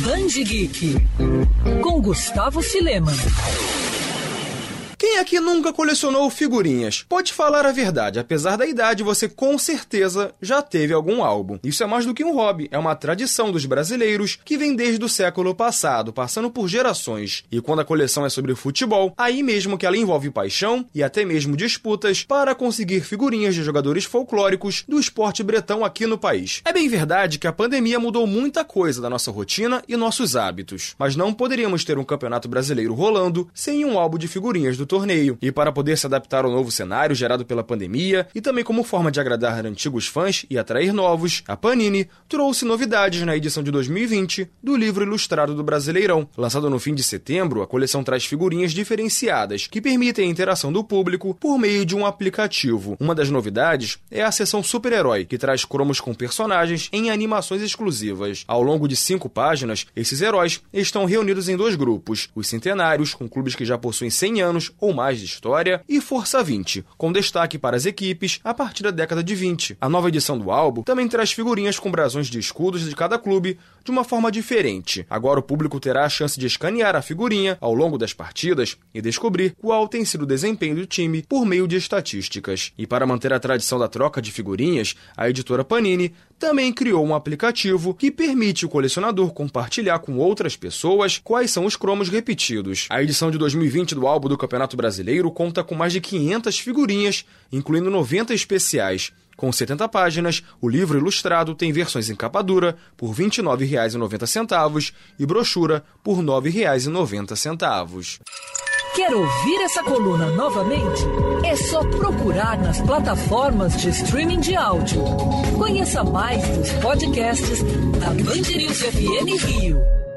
Band Geek, com Gustavo Filema. Quem aqui nunca colecionou figurinhas? Pode falar a verdade, apesar da idade, você com certeza já teve algum álbum. Isso é mais do que um hobby, é uma tradição dos brasileiros que vem desde o século passado, passando por gerações. E quando a coleção é sobre futebol, aí mesmo que ela envolve paixão e até mesmo disputas para conseguir figurinhas de jogadores folclóricos do esporte bretão aqui no país. É bem verdade que a pandemia mudou muita coisa da nossa rotina e nossos hábitos, mas não poderíamos ter um campeonato brasileiro rolando sem um álbum de figurinhas do torneio. E para poder se adaptar ao novo cenário gerado pela pandemia e também como forma de agradar antigos fãs e atrair novos, a Panini trouxe novidades na edição de 2020 do livro ilustrado do Brasileirão. Lançado no fim de setembro, a coleção traz figurinhas diferenciadas que permitem a interação do público por meio de um aplicativo. Uma das novidades é a seção Super-Herói, que traz cromos com personagens em animações exclusivas. Ao longo de 5 páginas, esses heróis estão reunidos em 2 grupos: os centenários, com clubes que já possuem 100 anos ou mais de história, e Força 20, com destaque para as equipes a partir da década de 20. A nova edição do álbum também traz figurinhas com brasões de escudos de cada clube de uma forma diferente. Agora o público terá a chance de escanear a figurinha ao longo das partidas e descobrir qual tem sido o desempenho do time por meio de estatísticas. E para manter a tradição da troca de figurinhas, a editora Panini também criou um aplicativo que permite o colecionador compartilhar com outras pessoas quais são os cromos repetidos. A edição de 2020 do álbum do Campeonato Brasileiro conta com mais de 500 figurinhas, incluindo 90 especiais. Com 70 páginas, o livro ilustrado tem versões em capa dura por R$ 29,90 e brochura por R$ 9,90. Quer ouvir essa coluna novamente? É só procurar nas plataformas de streaming de áudio. Conheça mais dos podcasts da Band News FM Rio.